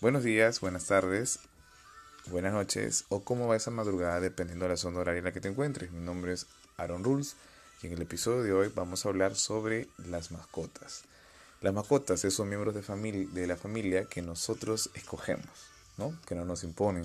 Buenos días, buenas tardes, buenas noches o cómo va esa madrugada dependiendo de la zona horaria en la que te encuentres. Mi nombre es Aaron Rules y en el episodio de hoy vamos a hablar sobre las mascotas. Las mascotas son miembros de la familia que nosotros escogemos, ¿no? Que no nos imponen.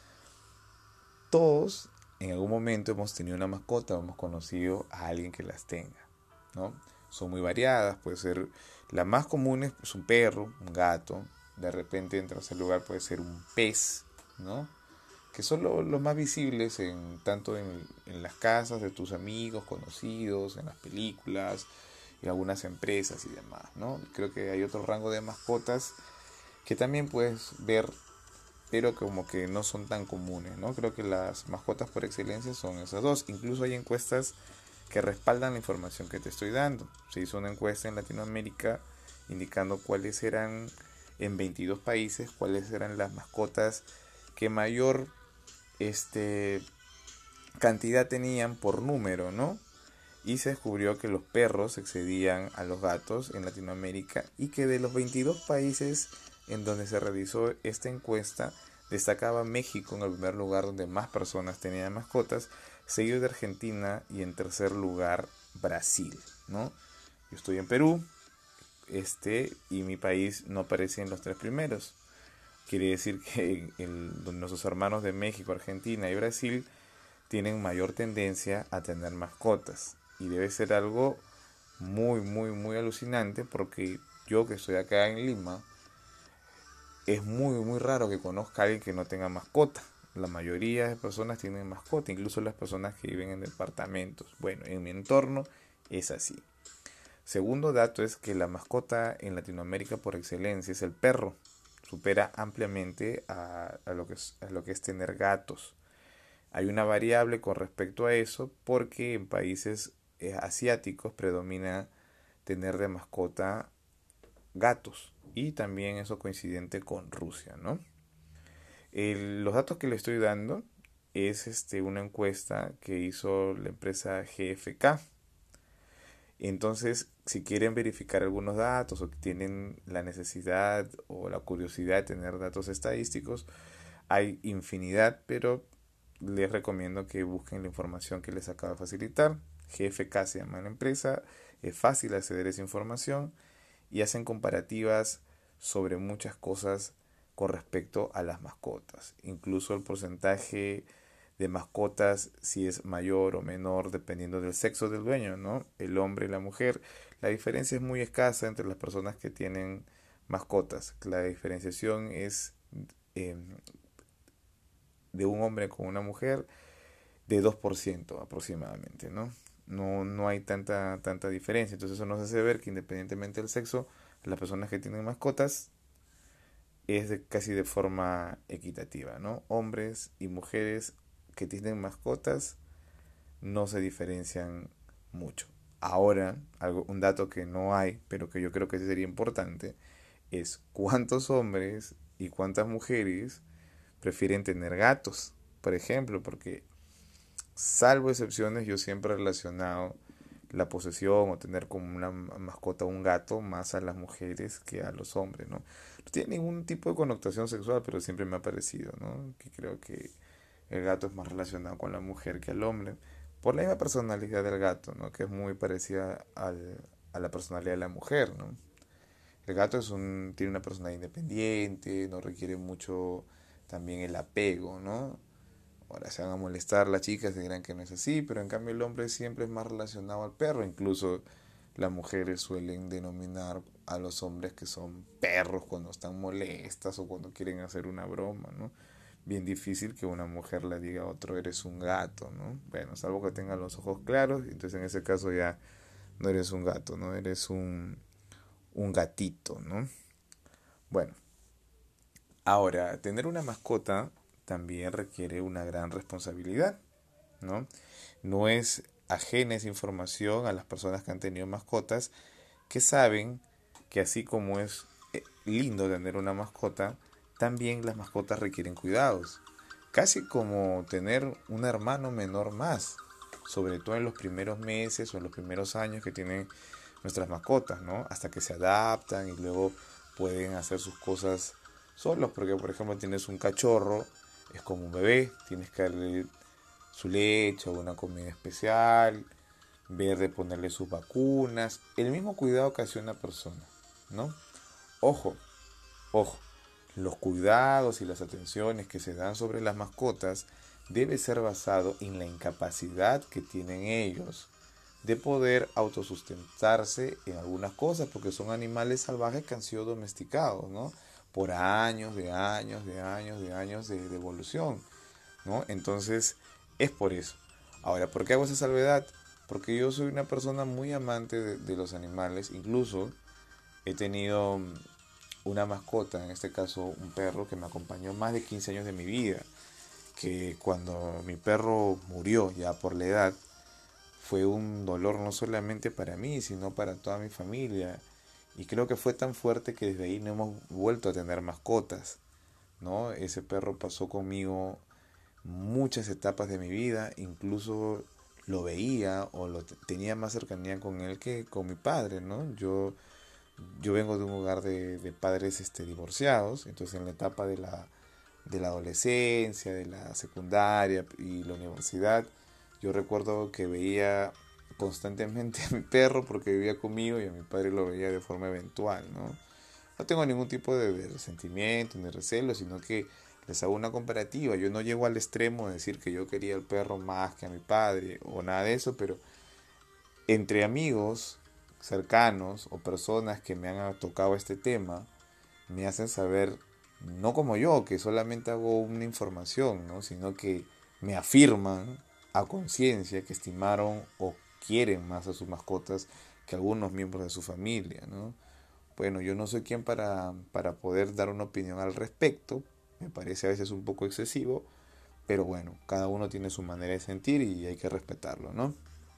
Todos en algún momento hemos tenido una mascota o hemos conocido a alguien que las tenga, ¿no? Son muy variadas, puede ser, la más común es un perro, un gato, de repente entras al lugar puede ser un pez, ¿no? Que son los más visibles tanto en las casas de tus amigos, conocidos, en las películas y algunas empresas y demás, ¿no? Creo que hay otro rango de mascotas que también puedes ver, pero como que no son tan comunes, ¿no? Creo que las mascotas por excelencia son esas dos. Incluso hay encuestas que respaldan la información que te estoy dando. Se hizo una encuesta en Latinoamérica indicando cuáles eran, en 22 países, cuáles eran las mascotas que mayor este, cantidad tenían por número, ¿no? Y se descubrió que los perros excedían a los gatos en Latinoamérica y que de los 22 países en donde se realizó esta encuesta, destacaba México en el primer lugar donde más personas tenían mascotas, seguido de Argentina y en tercer lugar Brasil, ¿no? Yo estoy en Perú, y mi país no aparece en los tres primeros. Quiere decir que nuestros hermanos de México, Argentina y Brasil tienen mayor tendencia a tener mascotas. Y debe ser algo muy, muy, muy alucinante porque yo que estoy acá en Lima, es muy, muy raro que conozca a alguien que no tenga mascota. La mayoría de personas tienen mascota, incluso las personas que viven en departamentos. Bueno, en mi entorno es así. Segundo dato es que la mascota en Latinoamérica por excelencia es el perro. Supera ampliamente a lo que es tener gatos. Hay una variable con respecto a eso porque en países asiáticos predomina tener de mascota gatos y también eso coincidente con Rusia, ¿no? Los datos que le estoy dando es una encuesta que hizo la empresa GFK. Entonces, si quieren verificar algunos datos o tienen la necesidad o la curiosidad de tener datos estadísticos, hay infinidad, pero les recomiendo que busquen la información que les acabo de facilitar. GFK se llama la empresa, es fácil acceder a esa información y hacen comparativas sobre muchas cosas con respecto a las mascotas. Incluso el porcentaje de mascotas, si es mayor o menor, dependiendo del sexo del dueño, ¿no? El hombre y la mujer. La diferencia es muy escasa entre las personas que tienen mascotas. La diferenciación es eh, de un hombre con una mujer de 2% aproximadamente, ¿no? No hay tanta diferencia. Entonces eso nos hace ver que independientemente del sexo, las personas que tienen mascotas es casi de forma equitativa, ¿no? Hombres y mujeres que tienen mascotas no se diferencian mucho. Ahora, un dato que no hay, pero que yo creo que sería importante, es cuántos hombres y cuántas mujeres prefieren tener gatos, por ejemplo, porque salvo excepciones yo siempre he relacionado la posesión o tener como una mascota un gato más a las mujeres que a los hombres, ¿no? No tiene ningún tipo de connotación sexual, pero siempre me ha parecido, ¿no? Que creo que el gato es más relacionado con la mujer que al hombre, por la misma personalidad del gato, ¿no? Que es muy parecida a la personalidad de la mujer, ¿no? El gato tiene una personalidad independiente, no requiere mucho también el apego, ¿no? Ahora se van a molestar las chicas y dirán que no es así, pero en cambio el hombre siempre es más relacionado al perro. Incluso las mujeres suelen denominar a los hombres que son perros cuando están molestas o cuando quieren hacer una broma, ¿no? Bien difícil que una mujer le diga a otro eres un gato, ¿no? Bueno, salvo que tenga los ojos claros, entonces en ese caso ya no eres un gato, ¿no? Eres un gatito, ¿no? Bueno, ahora, tener una mascota también requiere una gran responsabilidad, ¿no? No es ajena esa información a las personas que han tenido mascotas, que saben que así como es lindo tener una mascota, también las mascotas requieren cuidados. Casi como tener un hermano menor más, sobre todo en los primeros meses o en los primeros años que tienen nuestras mascotas, ¿no? Hasta que se adaptan y luego pueden hacer sus cosas solos, porque por ejemplo tienes un cachorro, es como un bebé, tienes que darle su leche o una comida especial, ver de ponerle sus vacunas, el mismo cuidado que hace una persona, ¿no? Ojo, ojo, los cuidados y las atenciones que se dan sobre las mascotas debe ser basado en la incapacidad que tienen ellos de poder autosustentarse en algunas cosas, porque son animales salvajes que han sido domesticados, ¿no? Por años, de años, de años, de años de evolución, ¿no? Entonces, es por eso. Ahora, ¿por qué hago esa salvedad? Porque yo soy una persona muy amante de los animales, incluso he tenido una mascota, en este caso un perro que me acompañó más de 15 años de mi vida, que cuando mi perro murió ya por la edad, fue un dolor no solamente para mí, sino para toda mi familia. Y creo que fue tan fuerte que desde ahí no hemos vuelto a tener mascotas, ¿no? Ese perro pasó conmigo muchas etapas de mi vida, incluso lo veía o tenía más cercanía con él que con mi padre, ¿no? Yo vengo de un hogar de padres divorciados, entonces en la etapa de la adolescencia, de la secundaria y la universidad, yo recuerdo que veía constantemente a mi perro porque vivía conmigo y a mi padre lo veía de forma eventual, ¿no? No tengo ningún tipo de resentimiento ni recelo, sino que les hago una comparativa. Yo no llego al extremo de decir que yo quería al perro más que a mi padre o nada de eso, pero entre amigos cercanos o personas que me han tocado este tema, me hacen saber, no como yo, que solamente hago una información, ¿no? Sino que me afirman a conciencia que estimaron o quieren más a sus mascotas que algunos miembros de su familia, ¿no? Bueno, yo no soy quien para poder dar una opinión al respecto, me parece a veces un poco excesivo, pero bueno, cada uno tiene su manera de sentir y hay que respetarlo, ¿no?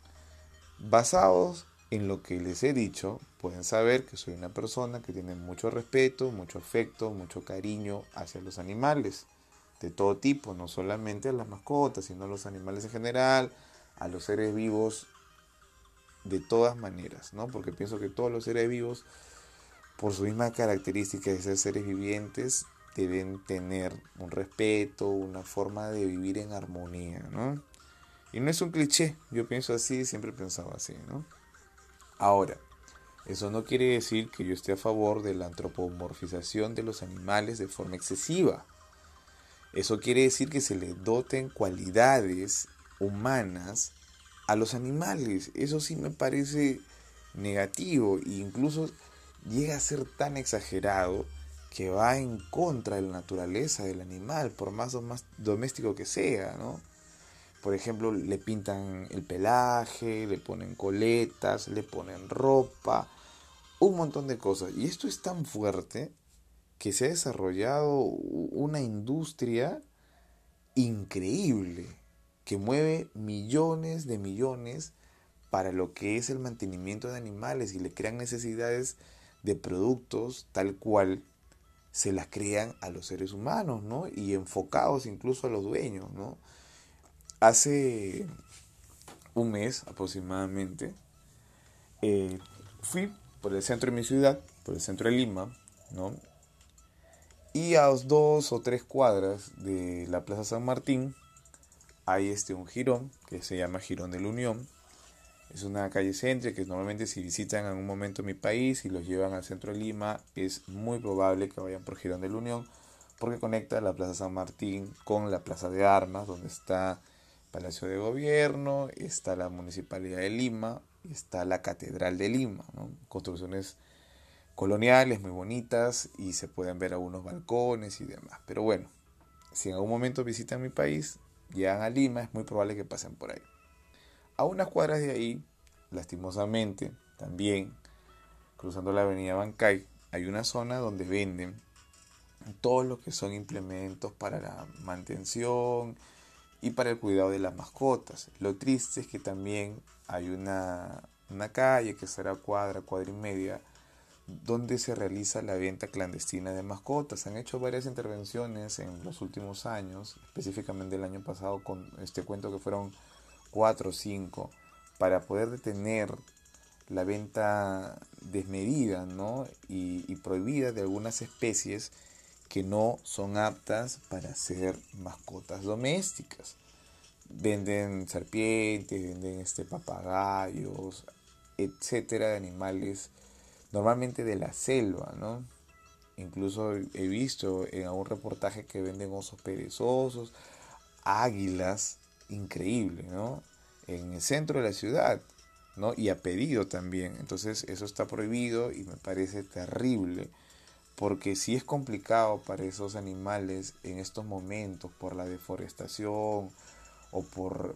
Basados en lo que les he dicho, pueden saber que soy una persona que tiene mucho respeto, mucho afecto, mucho cariño hacia los animales de todo tipo, no solamente a las mascotas, sino a los animales en general, a los seres vivos de todas maneras, ¿no? Porque pienso que todos los seres vivos, por su misma característica de ser seres vivientes, deben tener un respeto, una forma de vivir en armonía, ¿no? Y no es un cliché, yo pienso así, siempre he pensado así, ¿no? Ahora, eso no quiere decir que yo esté a favor de la antropomorfización de los animales de forma excesiva. Eso quiere decir que se le doten cualidades humanas a los animales. Eso sí me parece negativo e incluso llega a ser tan exagerado que va en contra de la naturaleza del animal, por más o más doméstico que sea, ¿no? Por ejemplo, le pintan el pelaje, le ponen coletas, le ponen ropa, un montón de cosas. Y esto es tan fuerte que se ha desarrollado una industria increíble que mueve millones de millones para lo que es el mantenimiento de animales y le crean necesidades de productos tal cual se las crean a los seres humanos, ¿no? Y enfocados incluso a los dueños, ¿no? Hace un mes aproximadamente fui por el centro de mi ciudad, por el centro de Lima, ¿no? Y a 2 o 3 cuadras de la Plaza San Martín hay un jirón que se llama Jirón de la Unión. Es una calle céntrica que normalmente si visitan en algún momento mi país y los llevan al centro de Lima, es muy probable que vayan por Jirón de la Unión porque conecta la Plaza San Martín con la Plaza de Armas, donde está Palacio de Gobierno, está la Municipalidad de Lima y está la Catedral de Lima, ¿no? Construcciones coloniales muy bonitas y se pueden ver algunos balcones y demás. Pero bueno, si en algún momento visitan mi país, llegan a Lima, es muy probable que pasen por ahí. A unas cuadras de ahí, lastimosamente, también cruzando la avenida Bancay, hay una zona donde venden todos los que son implementos para la mantención y para el cuidado de las mascotas. Lo triste es que también hay una calle que será cuadra, cuadra y media, donde se realiza la venta clandestina de mascotas. Han hecho varias intervenciones en los últimos años, específicamente el año pasado con este cuento que fueron 4 o 5, para poder detener la venta desmedida, ¿no? y prohibida de algunas especies que no son aptas para ser mascotas domésticas. Venden serpientes, venden papagayos, etcétera, de animales normalmente de la selva, ¿no? Incluso he visto en algún reportaje que venden osos perezosos, águilas, increíble, ¿no? En el centro de la ciudad, ¿no? Y a pedido también. Entonces eso está prohibido y me parece terrible, porque si es complicado para esos animales en estos momentos por la deforestación o por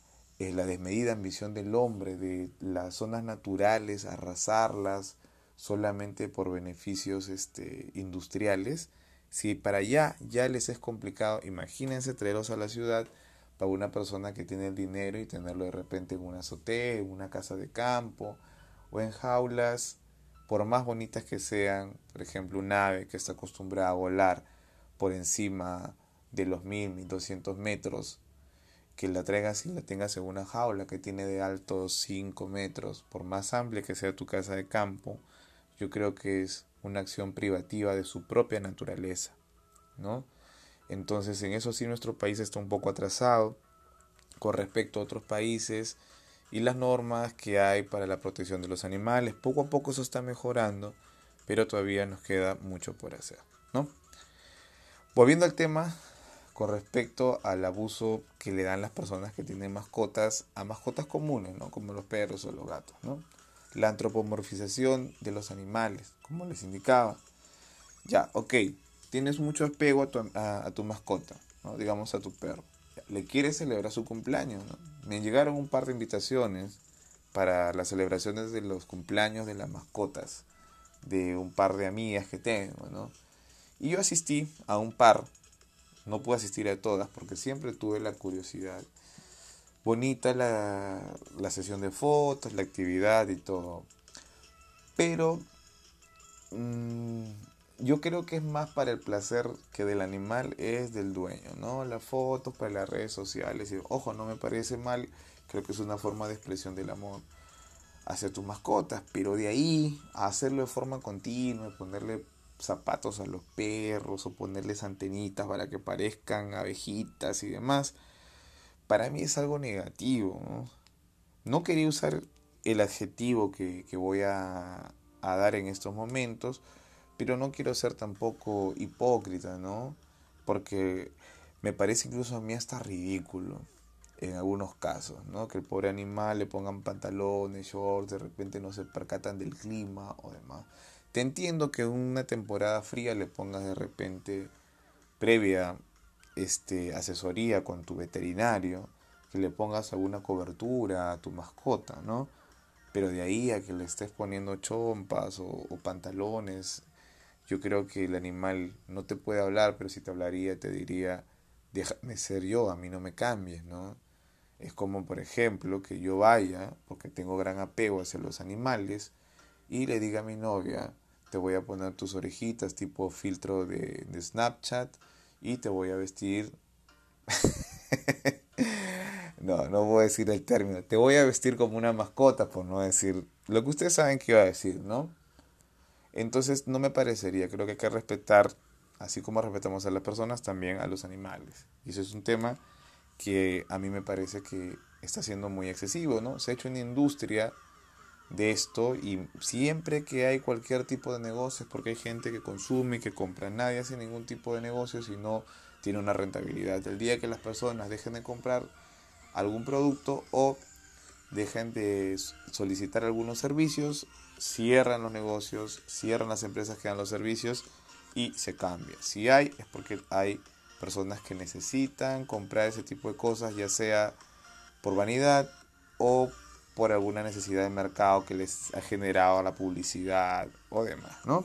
la desmedida ambición del hombre de las zonas naturales, arrasarlas solamente por beneficios industriales. Si para allá ya les es complicado, imagínense traerlos a la ciudad para una persona que tiene el dinero y tenerlo de repente en una azotea, en una casa de campo o en jaulas, por más bonitas que sean. Por ejemplo, un ave que está acostumbrada a volar por encima de los 1200 metros, que la traigas y la tengas en una jaula que tiene de alto 5 metros, por más amplia que sea tu casa de campo, yo creo que es una acción privativa de su propia naturaleza, ¿no? Entonces, en eso sí nuestro país está un poco atrasado con respecto a otros países y las normas que hay para la protección de los animales. Poco a poco eso está mejorando, pero todavía nos queda mucho por hacer, ¿no? Volviendo al tema con respecto al abuso que le dan las personas que tienen mascotas a mascotas comunes, ¿no? Como los perros o los gatos, ¿no? La antropomorfización de los animales, como les indicaba. Ya, ok, tienes mucho apego a tu mascota, ¿no? Digamos a tu perro. Ya, le quieres celebrar su cumpleaños, ¿no? Me llegaron un par de invitaciones para las celebraciones de los cumpleaños de las mascotas de un par de amigas que tengo, ¿no? Y yo asistí a un par. No pude asistir a todas porque siempre tuve la curiosidad. Bonita la sesión de fotos, la actividad y todo. Pero mmm, yo creo que es más para el placer que del animal es del dueño, ¿no? Las fotos para las redes sociales. Y, ojo, no me parece mal. Creo que es una forma de expresión del amor hacia tus mascotas. Pero de ahí a hacerlo de forma continua, ponerle zapatos a los perros o ponerles antenitas para que parezcan abejitas y demás, para mí es algo negativo, ¿no? No quería usar el adjetivo que voy a dar en estos momentos, pero no quiero ser tampoco hipócrita, ¿no? Porque me parece incluso a mí hasta ridículo en algunos casos, ¿no? Que el pobre animal le pongan pantalones, shorts, de repente no se percatan del clima o demás. Te entiendo que en una temporada fría le pongas de repente previa asesoría con tu veterinario, que le pongas alguna cobertura a tu mascota, ¿no? Pero de ahí a que le estés poniendo chompas o pantalones, yo creo que el animal no te puede hablar, pero si te hablaría te diría, déjame ser yo, a mí no me cambies, ¿no? Es como, por ejemplo, que yo vaya, porque tengo gran apego hacia los animales, y le diga a mi novia, te voy a poner tus orejitas tipo filtro de Snapchat y te voy a vestir. No voy a decir el término. Te voy a vestir como una mascota, por no decir lo que ustedes saben que iba a decir, ¿no? Entonces no me parecería. Creo que hay que respetar, así como respetamos a las personas, también a los animales. Y eso es un tema que a mí me parece que está siendo muy excesivo, ¿no? Se ha hecho una industria de esto y siempre que hay cualquier tipo de negocios, porque hay gente que consume y que compra, nadie hace ningún tipo de negocio si no tiene una rentabilidad. El día que las personas dejen de comprar algún producto o dejen de solicitar algunos servicios, cierran los negocios, cierran las empresas que dan los servicios y se cambia. Si hay, es porque hay personas que necesitan comprar ese tipo de cosas, ya sea por vanidad o por alguna necesidad de mercado que les ha generado la publicidad o demás, ¿no?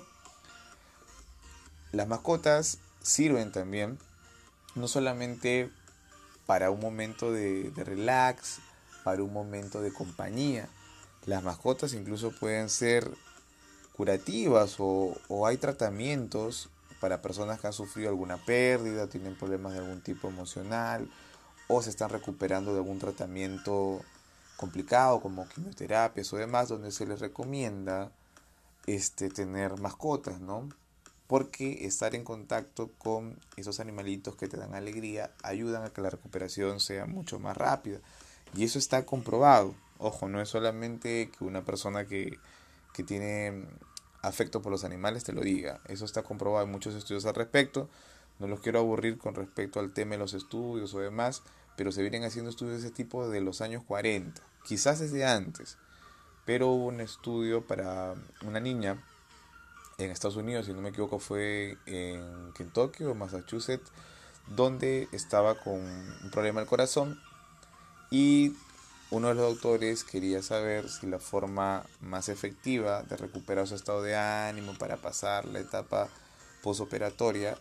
Las mascotas sirven también no solamente para un momento de relax, para un momento de compañía. Las mascotas incluso pueden ser curativas o hay tratamientos para personas que han sufrido alguna pérdida, tienen problemas de algún tipo emocional o se están recuperando de algún tratamiento complicado como quimioterapias o demás, donde se les recomienda tener mascotas, ¿no? porque estar en contacto con esos animalitos que te dan alegría ayudan a que la recuperación sea mucho más rápida. Y eso está comprobado. Ojo, no es solamente que una persona que tiene afecto por los animales te lo diga. Eso está comprobado en muchos estudios al respecto. No los quiero aburrir con respecto al tema de los estudios o demás, pero se vienen haciendo estudios de ese tipo de los años 40, quizás desde antes. Pero hubo un estudio para una niña en Estados Unidos, si no me equivoco fue en Kentucky o Massachusetts, donde estaba con un problema del corazón y uno de los doctores quería saber si la forma más efectiva de recuperar su estado de ánimo para pasar la etapa posoperatoria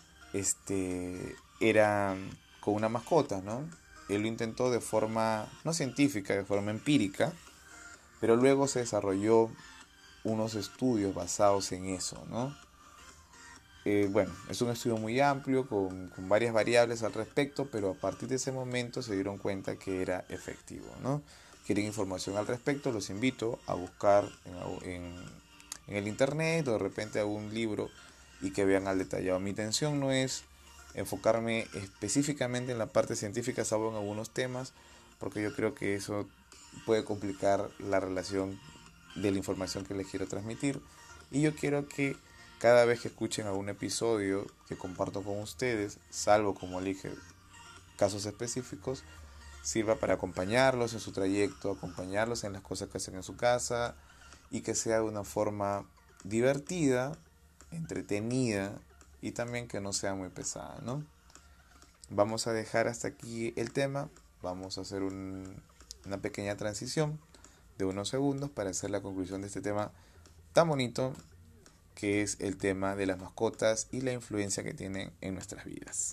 era con una mascota, ¿no? Él lo intentó de forma no científica, de forma empírica, pero luego se desarrolló unos estudios basados en eso, ¿no? Bueno, es un estudio muy amplio con varias variables al respecto, pero a partir de ese momento se dieron cuenta que era efectivo, ¿no? Quieren información al respecto, los invito a buscar en el internet o de repente algún libro y que vean al detallado. Mi intención no es enfocarme específicamente en la parte científica, salvo en algunos temas, porque yo creo que eso puede complicar la relación de la información que les quiero transmitir. Y yo quiero que cada vez que escuchen algún episodio que comparto con ustedes, salvo como elige casos específicos, sirva para acompañarlos en su trayecto, acompañarlos en las cosas que hacen en su casa y que sea de una forma divertida, entretenida y también que no sea muy pesada, ¿no? Vamos a dejar hasta aquí el tema, vamos a hacer una pequeña transición de unos segundos para hacer la conclusión de este tema tan bonito que es el tema de las mascotas y la influencia que tienen en nuestras vidas.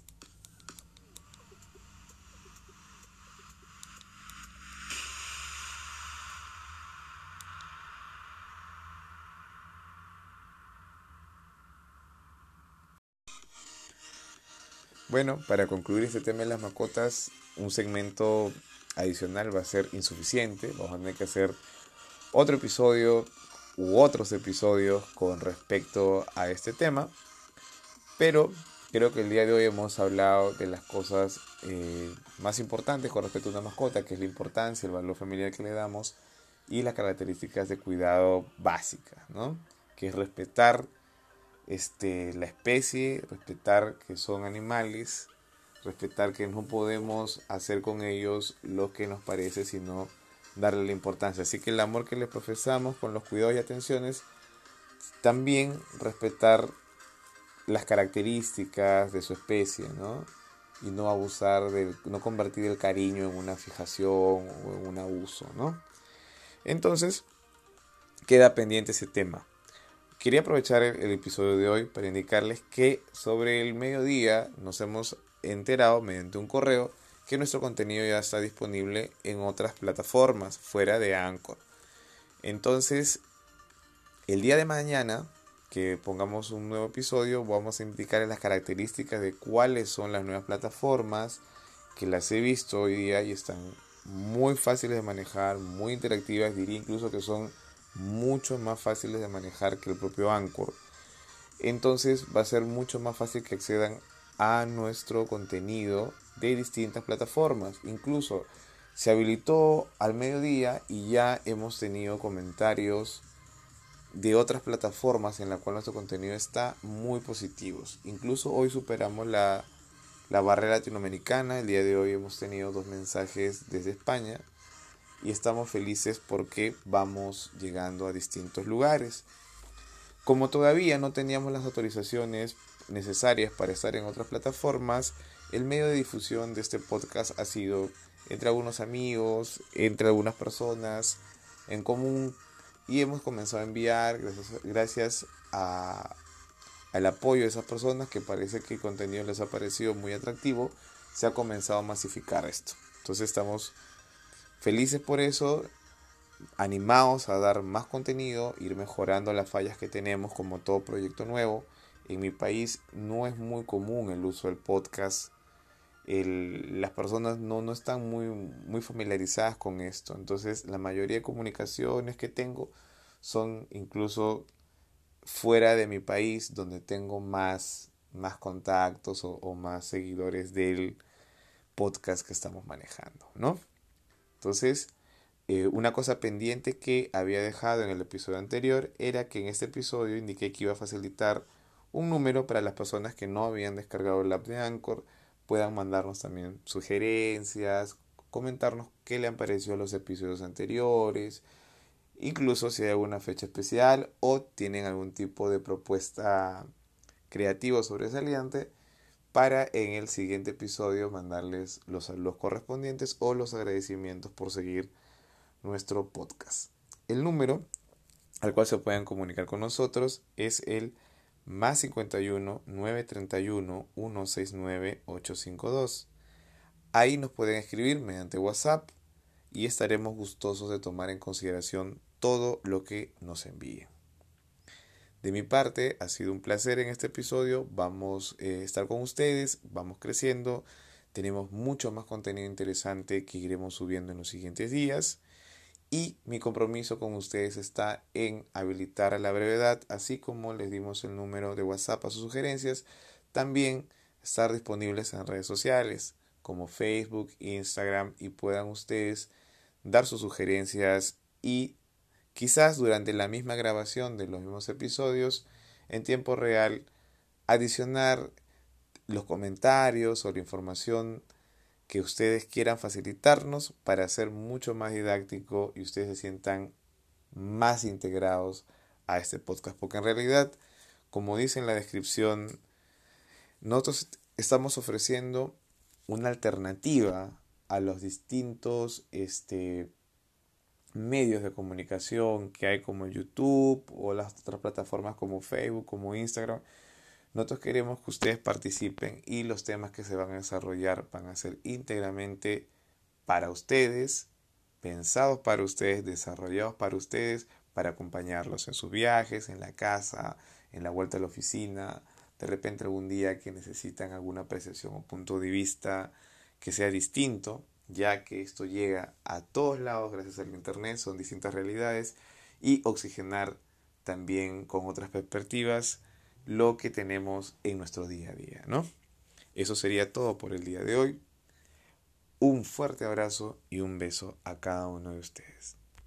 Bueno, para concluir este tema de las mascotas, un segmento adicional va a ser insuficiente. Vamos a tener que hacer otro episodio u otros episodios con respecto a este tema. Pero creo que el día de hoy hemos hablado de las cosas más importantes con respecto a una mascota, que es la importancia, el valor familiar que le damos y las características de cuidado básicas, ¿no? Que es respetar la especie, respetar que son animales, respetar que no podemos hacer con ellos lo que nos parece, sino darle la importancia. Así que el amor que les profesamos con los cuidados y atenciones, también respetar las características de su especie, ¿no? Y no abusar, no convertir el cariño en una fijación o en un abuso, ¿no? Entonces, queda pendiente ese tema. Quería aprovechar el episodio de hoy para indicarles que sobre el mediodía nos hemos enterado mediante un correo que nuestro contenido ya está disponible en otras plataformas fuera de Anchor. Entonces, el día de mañana que pongamos un nuevo episodio, vamos a indicar las características de cuáles son las nuevas plataformas que las he visto hoy día y están muy fáciles de manejar, muy interactivas, diría incluso que son mucho más fáciles de manejar que el propio Anchor. Entonces va a ser mucho más fácil que accedan a nuestro contenido de distintas plataformas. Incluso se habilitó al mediodía y ya hemos tenido comentarios de otras plataformas en la cual nuestro contenido está muy positivos. Incluso hoy superamos la barrera latinoamericana. El día de hoy hemos tenido 2 mensajes desde España y estamos felices porque vamos llegando a distintos lugares. Como todavía no teníamos las autorizaciones necesarias para estar en otras plataformas, el medio de difusión de este podcast ha sido entre algunos amigos, entre algunas personas en común, y hemos comenzado a enviar gracias al apoyo de esas personas, que parece que el contenido les ha parecido muy atractivo. Se ha comenzado a masificar esto. Entonces estamos felices por eso, animados a dar más contenido, ir mejorando las fallas que tenemos como todo proyecto nuevo. En mi país no es muy común el uso del podcast. Las personas no están muy familiarizadas con esto. Entonces la mayoría de comunicaciones que tengo son incluso fuera de mi país donde tengo más contactos o más seguidores del podcast que estamos manejando, ¿no? Entonces, una cosa pendiente que había dejado en el episodio anterior era que en este episodio indiqué que iba a facilitar un número para las personas que no habían descargado el app de Anchor, puedan mandarnos también sugerencias, comentarnos qué le han parecido los episodios anteriores, incluso si hay alguna fecha especial o tienen algún tipo de propuesta creativa o sobresaliente para en el siguiente episodio mandarles los saludos correspondientes o los agradecimientos por seguir nuestro podcast. El número al cual se pueden comunicar con nosotros es el más 51 931 169 852. Ahí nos pueden escribir mediante WhatsApp y estaremos gustosos de tomar en consideración todo lo que nos envíen. De mi parte, ha sido un placer en este episodio. Vamos a estar con ustedes, vamos creciendo. Tenemos mucho más contenido interesante que iremos subiendo en los siguientes días. Y mi compromiso con ustedes está en habilitar a la brevedad, así como les dimos el número de WhatsApp a sus sugerencias, también estar disponibles en redes sociales como Facebook, Instagram y puedan ustedes dar sus sugerencias y quizás durante la misma grabación de los mismos episodios en tiempo real adicionar los comentarios o la información que ustedes quieran facilitarnos para hacer mucho más didáctico y ustedes se sientan más integrados a este podcast. Porque en realidad, como dice en la descripción, nosotros estamos ofreciendo una alternativa a los distintos medios de comunicación que hay como YouTube o las otras plataformas como Facebook, como Instagram. Nosotros queremos que ustedes participen y los temas que se van a desarrollar van a ser íntegramente para ustedes, pensados para ustedes, desarrollados para ustedes, para acompañarlos en sus viajes, en la casa, en la vuelta a la oficina, de repente algún día que necesitan alguna apreciación o punto de vista que sea distinto, ya que esto llega a todos lados gracias al internet, son distintas realidades, y oxigenar también con otras perspectivas lo que tenemos en nuestro día a día, ¿no? Eso sería todo por el día de hoy. Un fuerte abrazo y un beso a cada uno de ustedes.